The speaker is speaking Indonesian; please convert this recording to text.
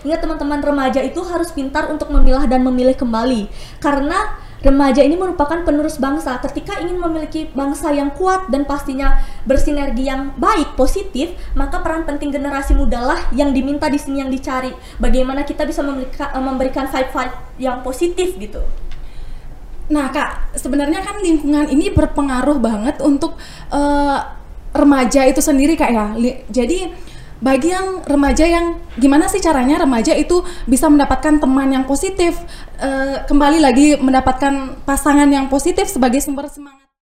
Ingat teman-teman, remaja itu harus pintar untuk memilah dan memilih kembali. Karena remaja ini merupakan penerus bangsa. Ketika ingin memiliki bangsa yang kuat dan pastinya bersinergi yang baik, positif, maka peran penting generasi muda lah yang diminta di sini, yang dicari. Bagaimana kita bisa memberikan vibe-vibe yang positif gitu. Nah Kak, sebenarnya kan lingkungan ini berpengaruh banget untuk remaja itu sendiri Kak ya. Jadi bagi yang remaja, yang gimana sih caranya remaja itu bisa mendapatkan teman yang positif, kembali lagi mendapatkan pasangan yang positif sebagai sumber semangat.